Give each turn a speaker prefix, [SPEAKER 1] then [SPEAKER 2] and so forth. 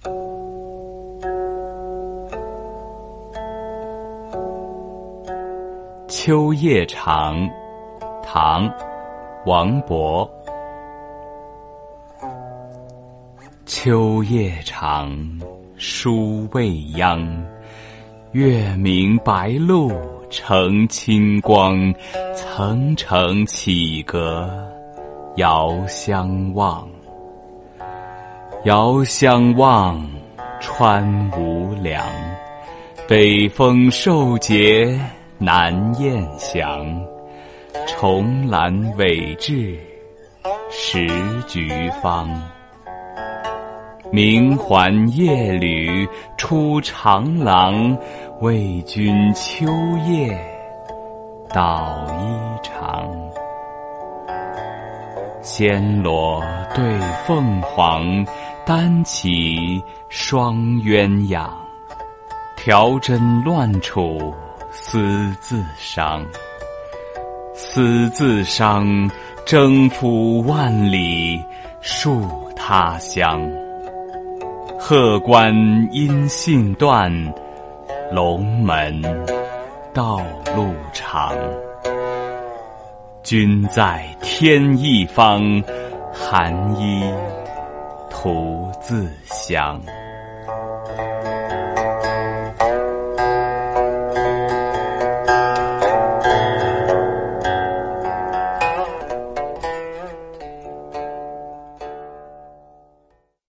[SPEAKER 1] 秋夜长，唐·王勃。秋夜长，书未央，月明白露澄清光。层层起阁，遥相望。遥相望，川无量。北风受节，南雁翔。重栏尾至，时局方。明还夜旅出长廊，为君秋夜捣衣裳。纤罗对凤凰，单起双鸳鸯。调针乱处，丝自伤。丝自伤，征夫万里，戍他乡。鹤关音信断，龙门道路长。君在天一方，寒衣徒自香。